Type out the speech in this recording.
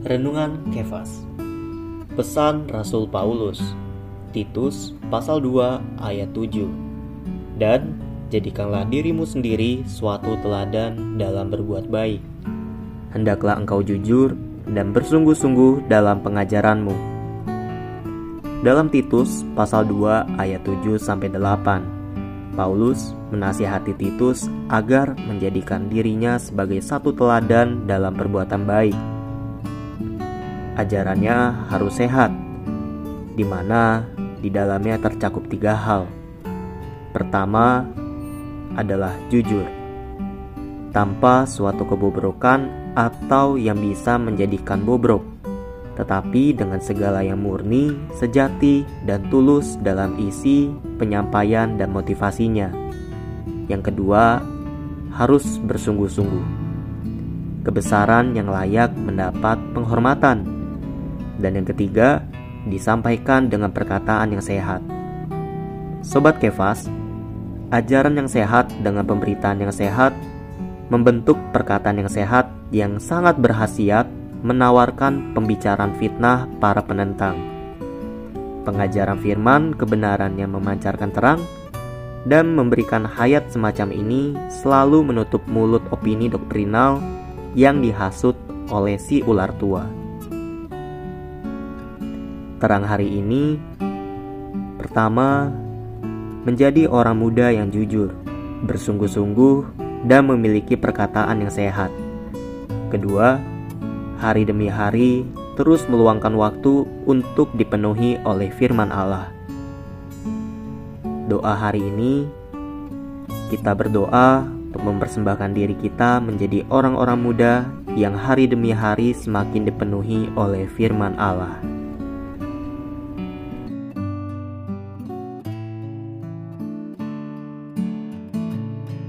Renungan Kefas. Pesan Rasul Paulus, Titus pasal 2 ayat 7. Dan jadikanlah dirimu sendiri suatu teladan dalam berbuat baik. Hendaklah engkau jujur dan bersungguh-sungguh dalam pengajaranmu. Dalam Titus pasal 2 ayat 7-8, Paulus menasihati Titus agar menjadikan dirinya sebagai satu teladan dalam perbuatan baik. Ajarannya harus sehat, di mana di dalamnya tercakup 3 hal. Pertama adalah jujur, tanpa suatu kebobrokan atau yang bisa menjadikan bobrok, tetapi dengan segala yang murni, sejati, dan tulus dalam isi, penyampaian, dan motivasinya. Yang kedua, harus bersungguh-sungguh. Kebesaran yang layak mendapat penghormatan. Dan yang ketiga, disampaikan dengan perkataan yang sehat. Sobat Kefas, ajaran yang sehat dengan pemberitaan yang sehat membentuk perkataan yang sehat yang sangat berkhasiat menawarkan pembicaraan fitnah para penentang. Pengajaran firman kebenaran yang memancarkan terang dan memberikan hayat semacam ini selalu menutup mulut opini doktrinal yang dihasut oleh si ular tua. Terang hari ini, pertama, menjadi orang muda yang jujur, bersungguh-sungguh, dan memiliki perkataan yang sehat. Kedua, hari demi hari terus meluangkan waktu untuk dipenuhi oleh firman Allah. Doa hari ini, kita berdoa untuk mempersembahkan diri kita menjadi orang-orang muda yang hari demi hari semakin dipenuhi oleh firman Allah.